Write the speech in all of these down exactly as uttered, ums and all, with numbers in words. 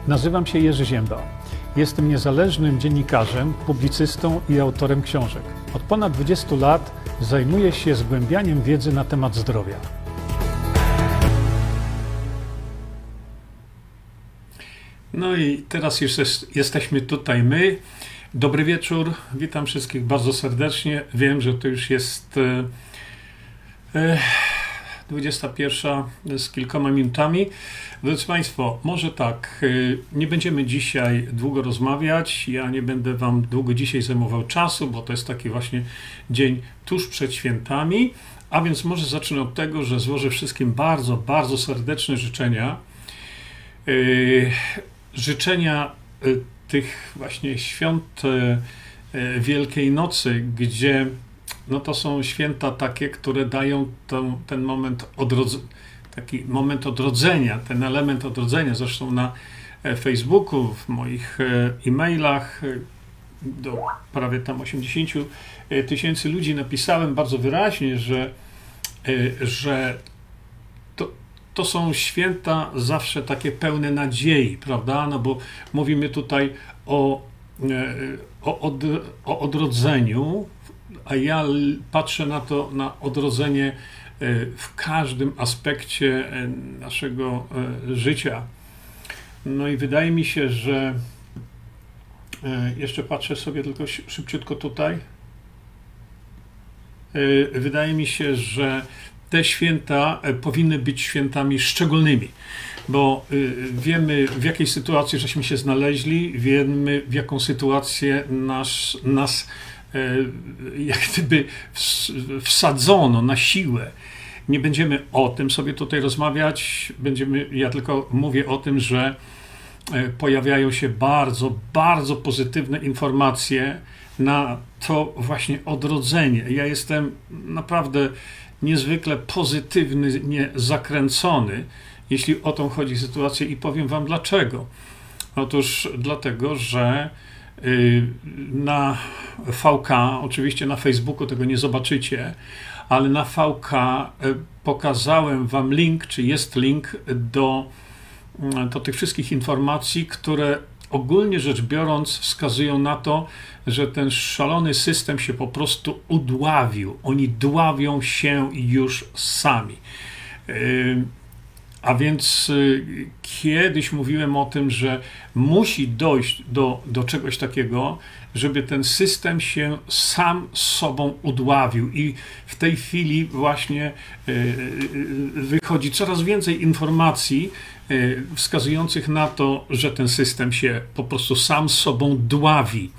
Nazywam się Jerzy Ziemba. Jestem niezależnym dziennikarzem, publicystą i autorem książek. Od ponad dwudziestu lat zajmuję się zgłębianiem wiedzy na temat zdrowia. No i teraz już jest, jesteśmy tutaj my. Dobry wieczór, witam wszystkich bardzo serdecznie. Wiem, że to już jest e, e, dwudziesta pierwsza z kilkoma minutami. Drodzy Państwo, może tak, nie będziemy dzisiaj długo rozmawiać, ja nie będę Wam długo dzisiaj zajmował czasu, bo to jest taki właśnie dzień tuż przed świętami, a więc może zacznę od tego, że złożę wszystkim bardzo, bardzo serdeczne życzenia. Yy, życzenia tych właśnie świąt Wielkiej Nocy, gdzie no to są święta takie, które dają ten, ten moment odrodzenia, taki moment odrodzenia, ten element odrodzenia. Zresztą na Facebooku, w moich e-mailach do prawie tam osiemdziesięciu tysięcy ludzi napisałem bardzo wyraźnie, że, że to, to są święta zawsze takie pełne nadziei, prawda? No bo mówimy tutaj o, o, od, o odrodzeniu, a ja patrzę na to, na odrodzenie w każdym aspekcie naszego życia. No i wydaje mi się, że jeszcze patrzę sobie tylko szybciutko tutaj. Wydaje mi się, że te święta powinny być świętami szczególnymi, bo wiemy, w jakiej sytuacji żeśmy się znaleźli, wiemy, w jaką sytuację nas, nas jak gdyby wsadzono na siłę. Nie będziemy o tym sobie tutaj rozmawiać, będziemy, ja tylko mówię o tym, że pojawiają się bardzo, bardzo pozytywne informacje na to właśnie odrodzenie. Ja jestem naprawdę niezwykle pozytywnie zakręcony, jeśli o tą chodzi sytuację, i powiem Wam dlaczego. Otóż dlatego, że na V K, oczywiście na Facebooku tego nie zobaczycie, ale na V K pokazałem Wam link, czy jest link do, do tych wszystkich informacji, które ogólnie rzecz biorąc wskazują na to, że ten szalony system się po prostu udławił. Oni dławią się już sami. A więc kiedyś mówiłem o tym, że musi dojść do, do czegoś takiego, żeby ten system się sam sobą udławił, i w tej chwili właśnie wychodzi coraz więcej informacji wskazujących na to, że ten system się po prostu sam sobą dławi.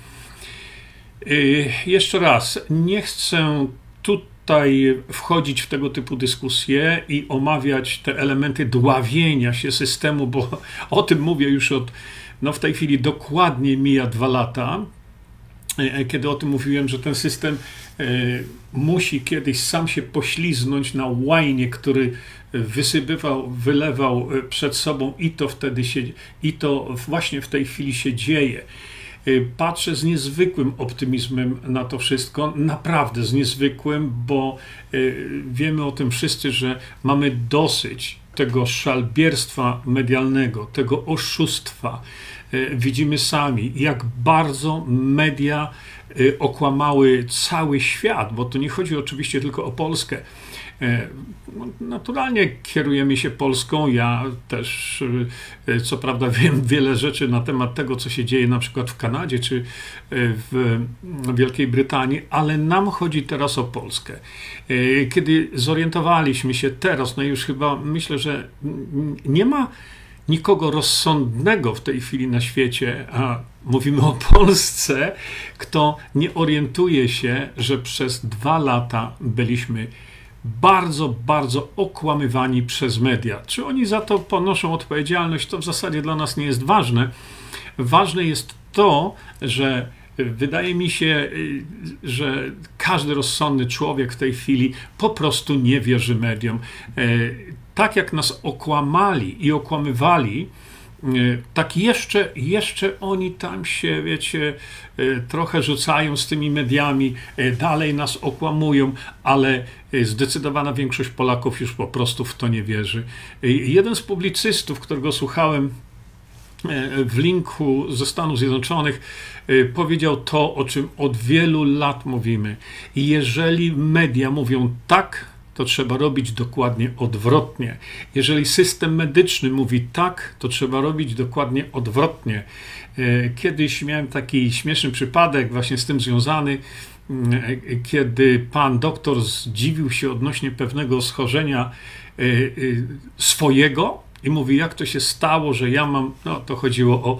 Jeszcze raz, nie chcę tutaj wchodzić w tego typu dyskusje i omawiać te elementy dławienia się systemu, bo o tym mówię już od, no w tej chwili dokładnie mija dwa lata, kiedy o tym mówiłem, że ten system musi kiedyś sam się pośliznąć na łajnie, który wysypywał, wylewał przed sobą, i to wtedy się, i to właśnie w tej chwili się dzieje. Patrzę z niezwykłym optymizmem na to wszystko, naprawdę z niezwykłym, bo wiemy o tym wszyscy, że mamy dosyć tego szalbierstwa medialnego, tego oszustwa. Widzimy sami, jak bardzo media okłamały cały świat, bo to nie chodzi oczywiście tylko o Polskę. Naturalnie kierujemy się Polską. Ja też, co prawda, wiem wiele rzeczy na temat tego, co się dzieje na przykład w Kanadzie czy w Wielkiej Brytanii, ale nam chodzi teraz o Polskę. Kiedy zorientowaliśmy się teraz, no już chyba myślę, że nie ma nikogo rozsądnego w tej chwili na świecie, a mówimy o Polsce, kto nie orientuje się, że przez dwa lata byliśmy bardzo, bardzo okłamywani przez media. Czy oni za to ponoszą odpowiedzialność, to w zasadzie dla nas nie jest ważne. Ważne jest to, że wydaje mi się, że każdy rozsądny człowiek w tej chwili po prostu nie wierzy mediom. Tak jak nas okłamali i okłamywali, tak jeszcze, jeszcze oni tam się, wiecie, trochę rzucają z tymi mediami, dalej nas okłamują, ale zdecydowana większość Polaków już po prostu w to nie wierzy. Jeden z publicystów, którego słuchałem w linku ze Stanów Zjednoczonych powiedział to, o czym od wielu lat mówimy. I jeżeli media mówią tak, to trzeba robić dokładnie odwrotnie. Jeżeli system medyczny mówi tak, to trzeba robić dokładnie odwrotnie. Kiedyś miałem taki śmieszny przypadek właśnie z tym związany, kiedy pan doktor zdziwił się odnośnie pewnego schorzenia swojego i mówi, jak to się stało, że ja mam, no to chodziło o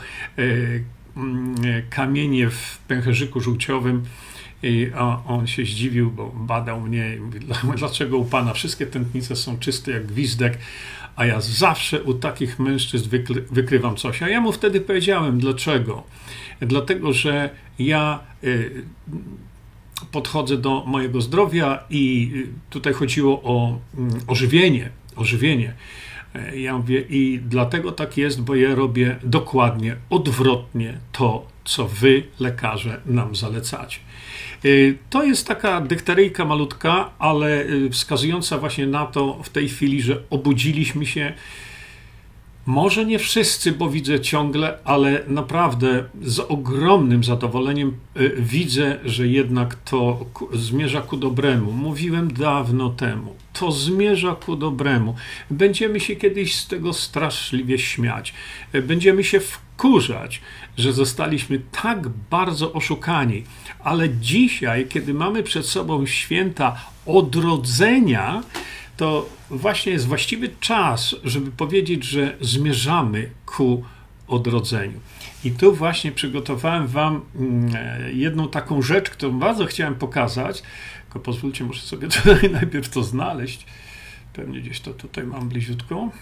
kamienie w pęcherzyku żółciowym, I, a on się zdziwił, bo badał mnie i mówi, dlaczego u pana wszystkie tętnice są czyste jak gwizdek, a ja zawsze u takich mężczyzn wykry, wykrywam coś. A ja mu wtedy powiedziałem, dlaczego. Dlatego, że ja y, podchodzę do mojego zdrowia i tutaj chodziło o y, ożywienie, ożywienie. Ja mówię, i dlatego tak jest, bo ja robię dokładnie odwrotnie to, co wy, lekarze, nam zalecacie. To jest taka dykteryjka malutka, ale wskazująca właśnie na to w tej chwili, że obudziliśmy się. Może nie wszyscy, bo widzę ciągle, ale naprawdę z ogromnym zadowoleniem widzę, że jednak to zmierza ku dobremu. Mówiłem dawno temu, to zmierza ku dobremu. Będziemy się kiedyś z tego straszliwie śmiać. Będziemy się wkurzać, że zostaliśmy tak bardzo oszukani. Ale dzisiaj, kiedy mamy przed sobą święta odrodzenia, to właśnie jest właściwy czas, żeby powiedzieć, że zmierzamy ku odrodzeniu. I tu właśnie przygotowałem wam jedną taką rzecz, którą bardzo chciałem pokazać, tylko pozwólcie, muszę sobie tutaj najpierw to znaleźć, pewnie gdzieś to tutaj mam bliziutko,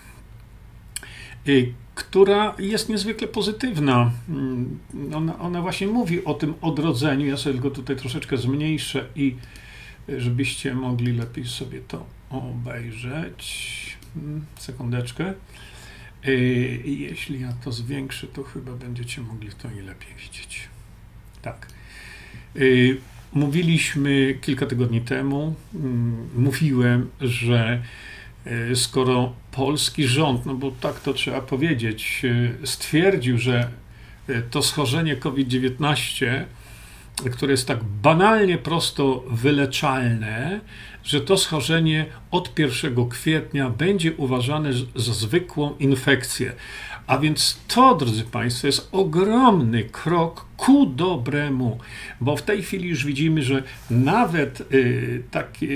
która jest niezwykle pozytywna. Ona, ona właśnie mówi o tym odrodzeniu. Ja sobie go tutaj troszeczkę zmniejszę i żebyście mogli lepiej sobie to obejrzeć. Sekundeczkę. Jeśli ja to zwiększę, to chyba będziecie mogli to i lepiej widzieć. Tak. Mówiliśmy kilka tygodni temu, mówiłem, że skoro polski rząd, no bo tak to trzeba powiedzieć, stwierdził, że to schorzenie COVID dziewiętnaście, które jest tak banalnie prosto wyleczalne, że to schorzenie od pierwszego kwietnia będzie uważane za zwykłą infekcję. A więc to, drodzy Państwo, jest ogromny krok ku dobremu, bo w tej chwili już widzimy, że nawet y, taki,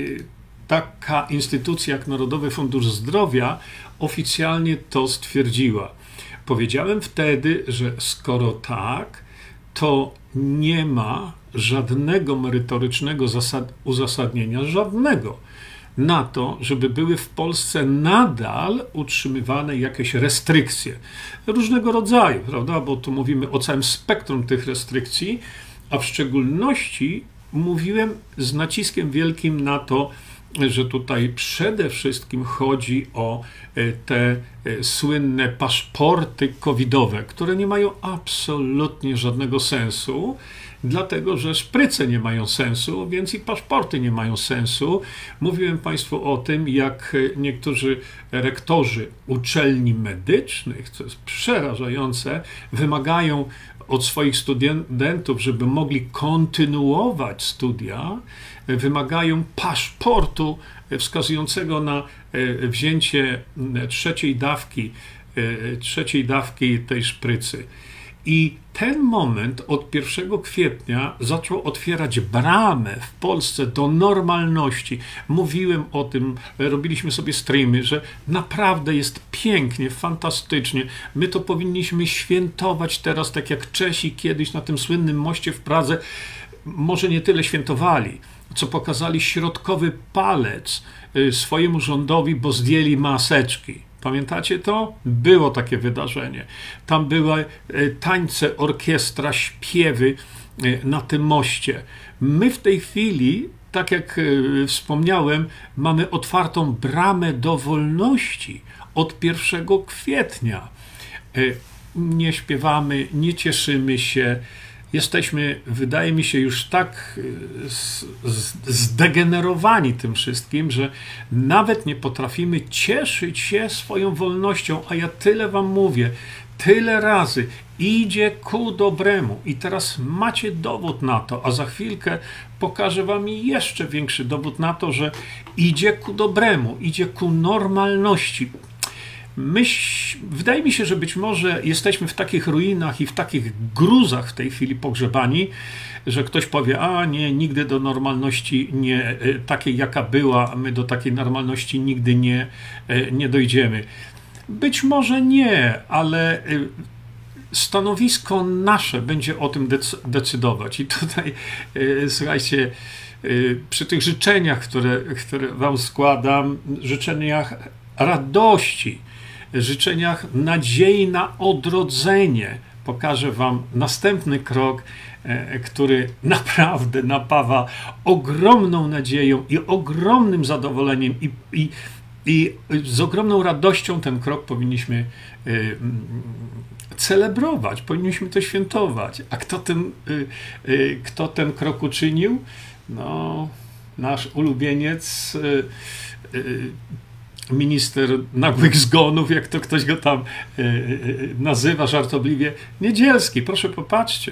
taka instytucja jak Narodowy Fundusz Zdrowia oficjalnie to stwierdziła. Powiedziałem wtedy, że skoro tak, to nie ma żadnego merytorycznego zasad, uzasadnienia, żadnego, na to, żeby były w Polsce nadal utrzymywane jakieś restrykcje różnego rodzaju, prawda? Bo tu mówimy o całym spektrum tych restrykcji, a w szczególności mówiłem z naciskiem wielkim na to, że tutaj przede wszystkim chodzi o te słynne paszporty covidowe, które nie mają absolutnie żadnego sensu, dlatego że szpryce nie mają sensu, więc i paszporty nie mają sensu. Mówiłem Państwu o tym, jak niektórzy rektorzy uczelni medycznych, co jest przerażające, wymagają od swoich studentów, żeby mogli kontynuować studia, wymagają paszportu wskazującego na wzięcie trzeciej dawki, trzeciej dawki tej szprycy. I ten moment od pierwszego kwietnia zaczął otwierać bramę w Polsce do normalności. Mówiłem o tym, robiliśmy sobie streamy, że naprawdę jest pięknie, fantastycznie. My to powinniśmy świętować teraz, tak jak Czesi kiedyś na tym słynnym moście w Pradze, może nie tyle świętowali, co pokazali środkowy palec swojemu rządowi, bo zdjęli maseczki. Pamiętacie to? Było takie wydarzenie. Tam były tańce, orkiestra, śpiewy na tym moście. My w tej chwili, tak jak wspomniałem, mamy otwartą bramę do wolności od pierwszego kwietnia. Nie śpiewamy, nie cieszymy się. Jesteśmy, wydaje mi się, już tak zdegenerowani tym wszystkim, że nawet nie potrafimy cieszyć się swoją wolnością, a ja tyle wam mówię, tyle razy, idzie ku dobremu. I teraz macie dowód na to, a za chwilkę pokażę wam jeszcze większy dowód na to, że idzie ku dobremu, idzie ku normalności. Myśl, wydaje mi się, że być może jesteśmy w takich ruinach i w takich gruzach w tej chwili pogrzebani, że ktoś powie, a nie, nigdy do normalności nie, takiej jaka była, my do takiej normalności nigdy nie, nie dojdziemy. Być może nie, ale stanowisko nasze będzie o tym decydować. I tutaj, słuchajcie, przy tych życzeniach, które, które wam składam, życzeniach radości, życzeniach nadziei na odrodzenie, pokażę wam następny krok, który naprawdę napawa ogromną nadzieją i ogromnym zadowoleniem i, i, i z ogromną radością ten krok powinniśmy y, celebrować, powinniśmy to świętować. A kto ten, y, y, kto ten krok uczynił? No, nasz ulubieniec, y, y, minister nagłych zgonów, jak to ktoś go tam y, y, nazywa żartobliwie, Niedzielski. Proszę popatrzcie.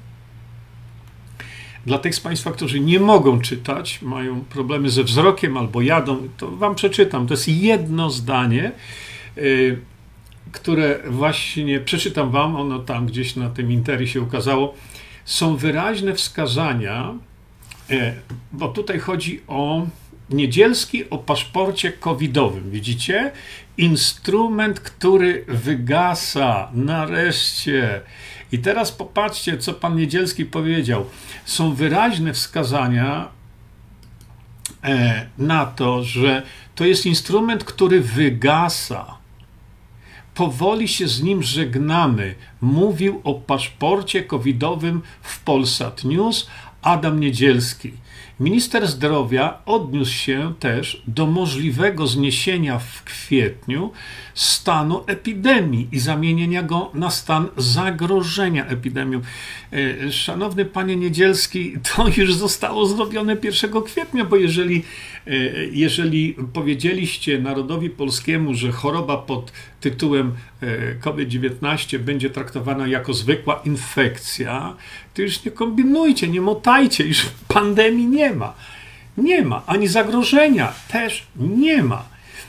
Dla tych z Państwa, którzy nie mogą czytać, mają problemy ze wzrokiem albo jadą, to wam przeczytam. To jest jedno zdanie, y, które właśnie przeczytam wam, ono tam gdzieś na tym Interi się ukazało. Są wyraźne wskazania, y, bo tutaj chodzi o Niedzielski, o paszporcie covidowym. Widzicie? Instrument, który wygasa. Nareszcie. I teraz popatrzcie, co pan Niedzielski powiedział. Są wyraźne wskazania na to, że to jest instrument, który wygasa. Powoli się z nim żegnamy. Mówił o paszporcie covidowym w Polsat News Adam Niedzielski. Minister zdrowia odniósł się też do możliwego zniesienia w kwietniu stanu epidemii i zamienienia go na stan zagrożenia epidemią. Szanowny panie Niedzielski, to już zostało zrobione pierwszego kwietnia, bo jeżeli, jeżeli powiedzieliście narodowi polskiemu, że choroba pod tytułem COVID dziewiętnaście będzie traktowana jako zwykła infekcja, to już nie kombinujcie, nie motajcie, już pandemii nie ma. Nie ma, ani zagrożenia też nie ma.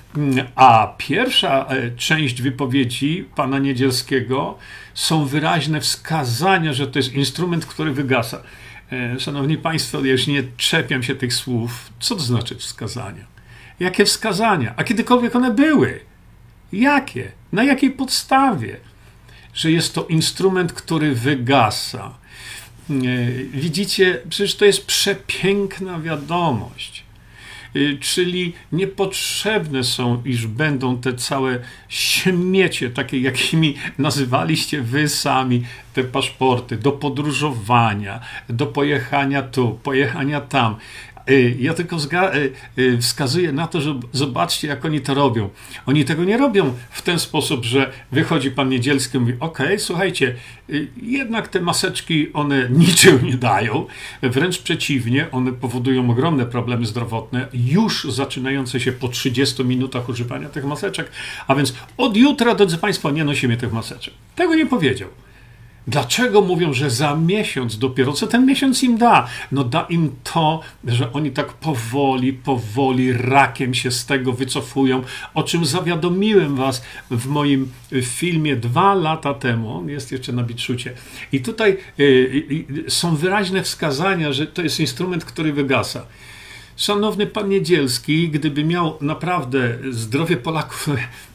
A pierwsza część wypowiedzi pana Niedzielskiego są wyraźne wskazania, że to jest instrument, który wygasa. Szanowni Państwo, ja już nie czepiam się tych słów. Co to znaczy wskazania? Jakie wskazania? A kiedykolwiek one były? Jakie? Na jakiej podstawie? Że jest to instrument, który wygasa. Widzicie, przecież to jest przepiękna wiadomość. Czyli niepotrzebne są, iż będą te całe śmiecie, takie jakimi nazywaliście wy sami te paszporty, do podróżowania, do pojechania tu, pojechania tam. Ja tylko wskazuję na to, że zobaczcie, jak oni to robią. Oni tego nie robią w ten sposób, że wychodzi pan Niedzielski i mówi, okej, okay, słuchajcie, jednak te maseczki, one niczym nie dają, wręcz przeciwnie, one powodują ogromne problemy zdrowotne, już zaczynające się po trzydziestu minutach używania tych maseczek, a więc od jutra, drodzy Państwo, nie nosimy tych maseczek. Tego nie powiedział. Dlaczego mówią, że za miesiąc dopiero? Co ten miesiąc im da? No da im to, że oni tak powoli, powoli rakiem się z tego wycofują, o czym zawiadomiłem was w moim filmie dwa lata temu. On jest jeszcze na Bitshucie. I tutaj y, y, są wyraźne wskazania, że to jest instrument, który wygasa. Szanowny pan Niedzielski, gdyby miał naprawdę zdrowie Polaków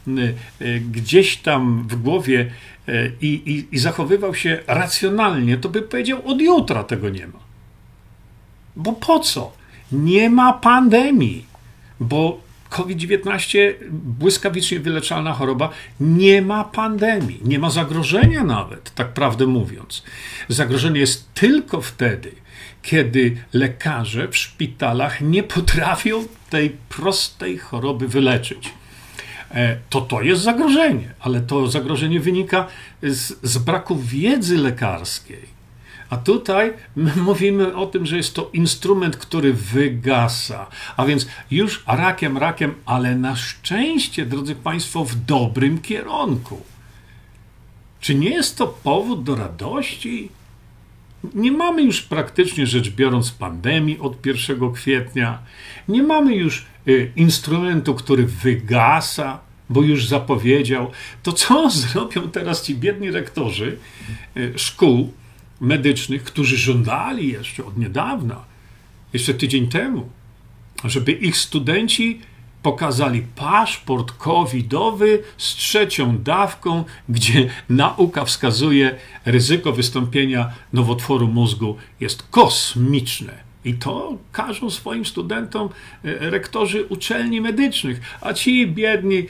gdzieś tam w głowie i, i, i zachowywał się racjonalnie, to by powiedział, od jutra tego nie ma. Bo po co? Nie ma pandemii, bo COVID dziewiętnaście, błyskawicznie wyleczalna choroba, nie ma pandemii, nie ma zagrożenia nawet, tak prawdę mówiąc. Zagrożenie jest tylko wtedy, kiedy lekarze w szpitalach nie potrafią tej prostej choroby wyleczyć. To to jest zagrożenie, ale to zagrożenie wynika z, z braku wiedzy lekarskiej. A tutaj my mówimy o tym, że jest to instrument, który wygasa. A więc już rakiem, rakiem, ale na szczęście, drodzy Państwo, w dobrym kierunku. Czy nie jest to powód do radości? Nie mamy już praktycznie rzecz biorąc pandemii od pierwszego kwietnia. Nie mamy już y, instrumentu, który wygasa, bo już zapowiedział. To co zrobią teraz ci biedni rektorzy y, szkół medycznych, którzy żądali jeszcze od niedawna, jeszcze tydzień temu, żeby ich studenci pokazali paszport covidowy z trzecią dawką, gdzie nauka wskazuje, ryzyko wystąpienia nowotworu mózgu jest kosmiczne. I to każą swoim studentom rektorzy uczelni medycznych, a ci biedni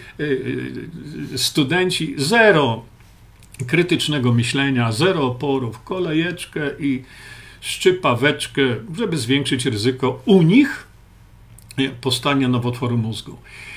studenci zero krytycznego myślenia, zero oporów, kolejeczkę i szczypaweczkę, żeby zwiększyć ryzyko u nich powstania nowotworu mózgu.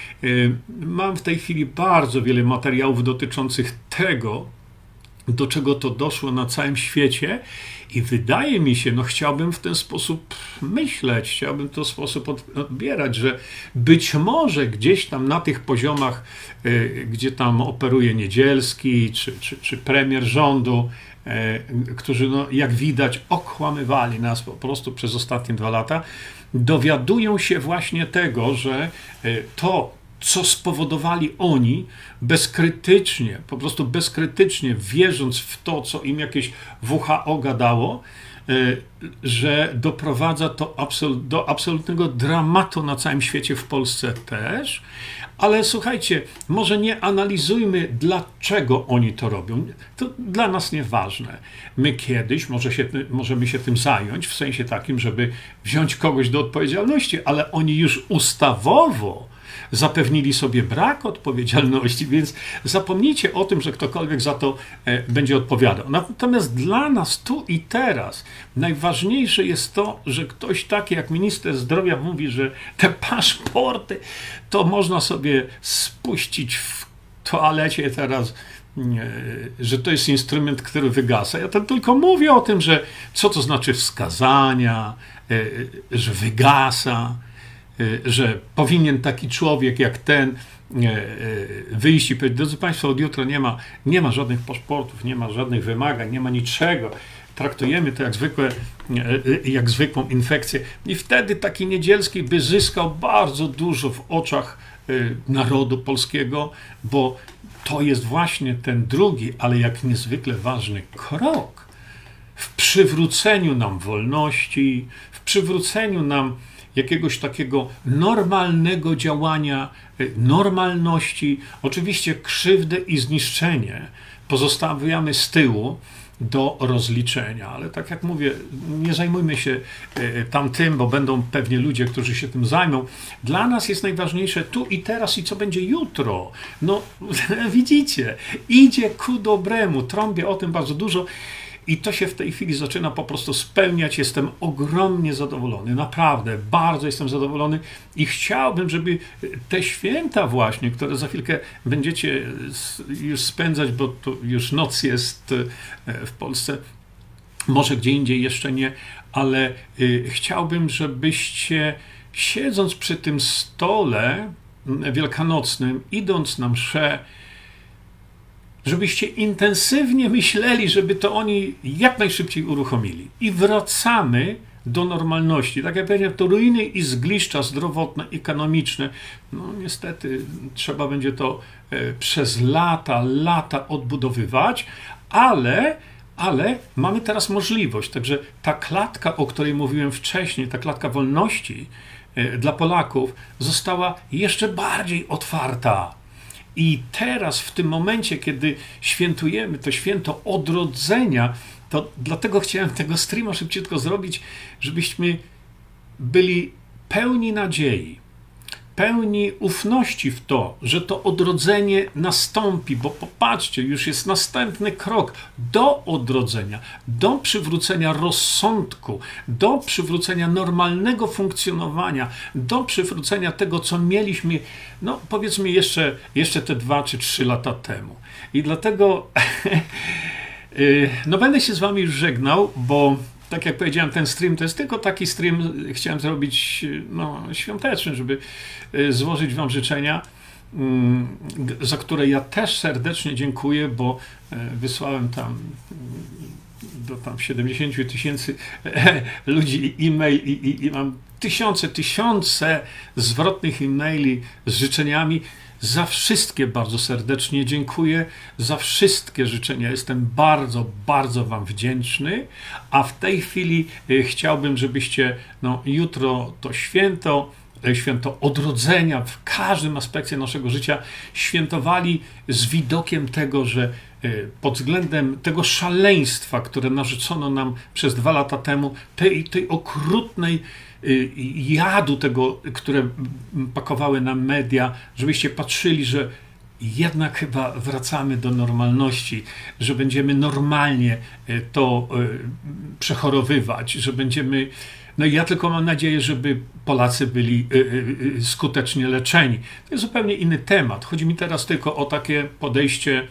Mam w tej chwili bardzo wiele materiałów dotyczących tego, do czego to doszło na całym świecie i wydaje mi się, no chciałbym w ten sposób myśleć, chciałbym w ten sposób odbierać, że być może gdzieś tam na tych poziomach, gdzie tam operuje Niedzielski czy, czy, czy premier rządu, którzy no, jak widać okłamywali nas po prostu przez ostatnie dwa lata, dowiadują się właśnie tego, że to, co spowodowali oni bezkrytycznie, po prostu bezkrytycznie wierząc w to, co im jakieś W H O gadało, że doprowadza to absolut, do absolutnego dramatu na całym świecie, w Polsce też. Ale słuchajcie, może nie analizujmy, dlaczego oni to robią. To dla nas nieważne. My kiedyś może się, możemy się tym zająć, w sensie takim, żeby wziąć kogoś do odpowiedzialności, ale oni już ustawowo zapewnili sobie brak odpowiedzialności, więc zapomnijcie o tym, że ktokolwiek za to będzie odpowiadał. Natomiast dla nas tu i teraz najważniejsze jest to, że ktoś taki jak minister zdrowia mówi, że te paszporty to można sobie spuścić w toalecie teraz, że to jest instrument, który wygasa. Ja to tylko mówię o tym, że co to znaczy wskazania, że wygasa, że powinien taki człowiek jak ten wyjść i powiedzieć: drodzy Państwo, od jutra nie ma, nie ma żadnych paszportów, nie ma żadnych wymagań, nie ma niczego. Traktujemy to jak, zwykłe, jak zwykłą infekcję. I wtedy taki Niedzielski by zyskał bardzo dużo w oczach narodu polskiego, bo to jest właśnie ten drugi, ale jak niezwykle ważny krok w przywróceniu nam wolności, w przywróceniu nam jakiegoś takiego normalnego działania, normalności. Oczywiście krzywdę i zniszczenie pozostawiamy z tyłu do rozliczenia, ale tak jak mówię, nie zajmujmy się tamtym, bo będą pewnie ludzie, którzy się tym zajmą. Dla nas jest najważniejsze tu i teraz i co będzie jutro. No widzicie, idzie ku dobremu, trąbię o tym bardzo dużo. I to się w tej chwili zaczyna po prostu spełniać. Jestem ogromnie zadowolony, naprawdę, bardzo jestem zadowolony i chciałbym, żeby te święta właśnie, które za chwilkę będziecie już spędzać, bo to już noc jest w Polsce, może gdzie indziej jeszcze nie, ale chciałbym, żebyście siedząc przy tym stole wielkanocnym, idąc na mszę, żebyście intensywnie myśleli, żeby to oni jak najszybciej uruchomili. I wracamy do normalności. Tak jak powiedziałem, to ruiny i zgliszcza zdrowotne, ekonomiczne, no niestety trzeba będzie to przez lata, lata odbudowywać, ale, ale mamy teraz możliwość. Także ta klatka, o której mówiłem wcześniej, ta klatka wolności dla Polaków została jeszcze bardziej otwarta. I teraz, w tym momencie, kiedy świętujemy to święto odrodzenia, to dlatego chciałem tego streama szybciutko zrobić, żebyśmy byli pełni nadziei, pełni ufności w to, że to odrodzenie nastąpi, bo popatrzcie, już jest następny krok do odrodzenia, do przywrócenia rozsądku, do przywrócenia normalnego funkcjonowania, do przywrócenia tego, co mieliśmy, no powiedzmy jeszcze, jeszcze te dwa czy trzy lata temu. I dlatego no będę się z wami już żegnał, bo tak jak powiedziałem, ten stream to jest tylko taki stream, chciałem zrobić no, świąteczny, żeby złożyć wam życzenia. za które ja też serdecznie dziękuję, bo wysłałem tam do tam siedemdziesięciu tysięcy ludzi e-mail i, i, i mam tysiące, tysiące zwrotnych e-maili z życzeniami. Za wszystkie bardzo serdecznie dziękuję, za wszystkie życzenia jestem bardzo, bardzo wam wdzięczny, a w tej chwili chciałbym, żebyście no, jutro to święto, święto odrodzenia w każdym aspekcie naszego życia świętowali z widokiem tego, że pod względem tego szaleństwa, które narzucono nam przez dwa lata temu, tej, tej okrutnej jadu tego, które pakowały nam media, żebyście patrzyli, że jednak chyba wracamy do normalności, że będziemy normalnie to przechorowywać, że będziemy... No i ja tylko mam nadzieję, żeby Polacy byli skutecznie leczeni. To jest zupełnie inny temat. Chodzi mi teraz tylko o takie podejście,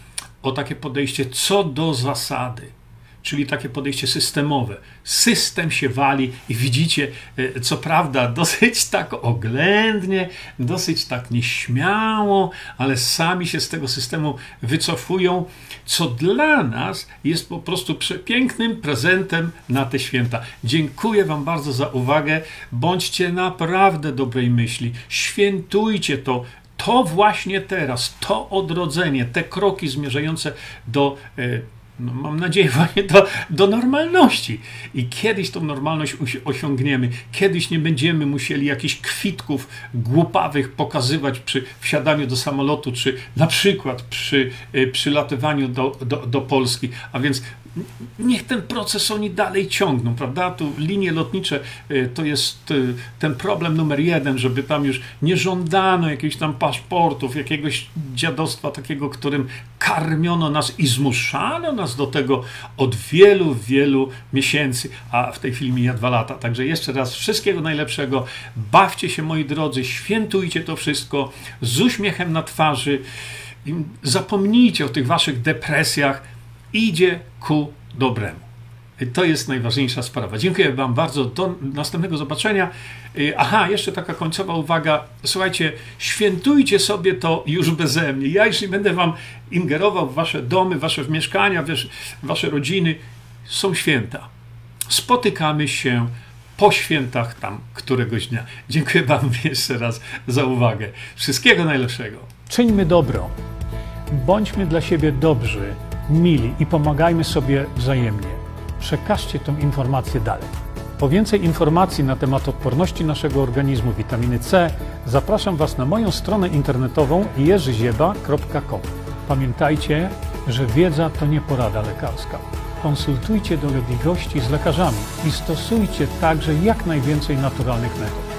o takie podejście co do zasady. Czyli takie podejście systemowe. System się wali i widzicie, co prawda, dosyć tak oględnie, dosyć tak nieśmiało, ale sami się z tego systemu wycofują, co dla nas jest po prostu przepięknym prezentem na te święta. Dziękuję wam bardzo za uwagę. Bądźcie naprawdę dobrej myśli. Świętujcie to. To właśnie teraz, to odrodzenie, te kroki zmierzające do... No, mam nadzieję właśnie do, do normalności. I kiedyś tą normalność osiągniemy. Kiedyś nie będziemy musieli jakichś kwitków głupawych pokazywać przy wsiadaniu do samolotu, czy na przykład przy przylatywaniu do, do, do Polski. A więc niech ten proces oni dalej ciągną, prawda? Tu linie lotnicze to jest ten problem numer jeden, żeby tam już nie żądano jakichś tam paszportów, jakiegoś dziadostwa takiego, którym karmiono nas i zmuszano nas do tego od wielu, wielu miesięcy, a w tej chwili mija dwa lata. Także jeszcze raz wszystkiego najlepszego. Bawcie się, moi drodzy, świętujcie to wszystko z uśmiechem na twarzy. Zapomnijcie o tych waszych depresjach. Idzie ku dobremu. To jest najważniejsza sprawa. Dziękuję wam bardzo. Do następnego zobaczenia. Aha, jeszcze taka końcowa uwaga. Słuchajcie, świętujcie sobie to już beze mnie. Ja już nie będę wam ingerował w wasze domy, wasze mieszkania, wasze rodziny. Są święta. Spotykamy się po świętach tam któregoś dnia. Dziękuję wam jeszcze raz za uwagę. Wszystkiego najlepszego. Czyńmy dobro. Bądźmy dla siebie dobrzy, mili i pomagajmy sobie wzajemnie. Przekażcie tę informację dalej. Po więcej informacji na temat odporności naszego organizmu witaminy C zapraszam Was na moją stronę internetową jerzy zieba kropka com. Pamiętajcie, że wiedza to nie porada lekarska. Konsultujcie dolegliwości z lekarzami i stosujcie także jak najwięcej naturalnych metod.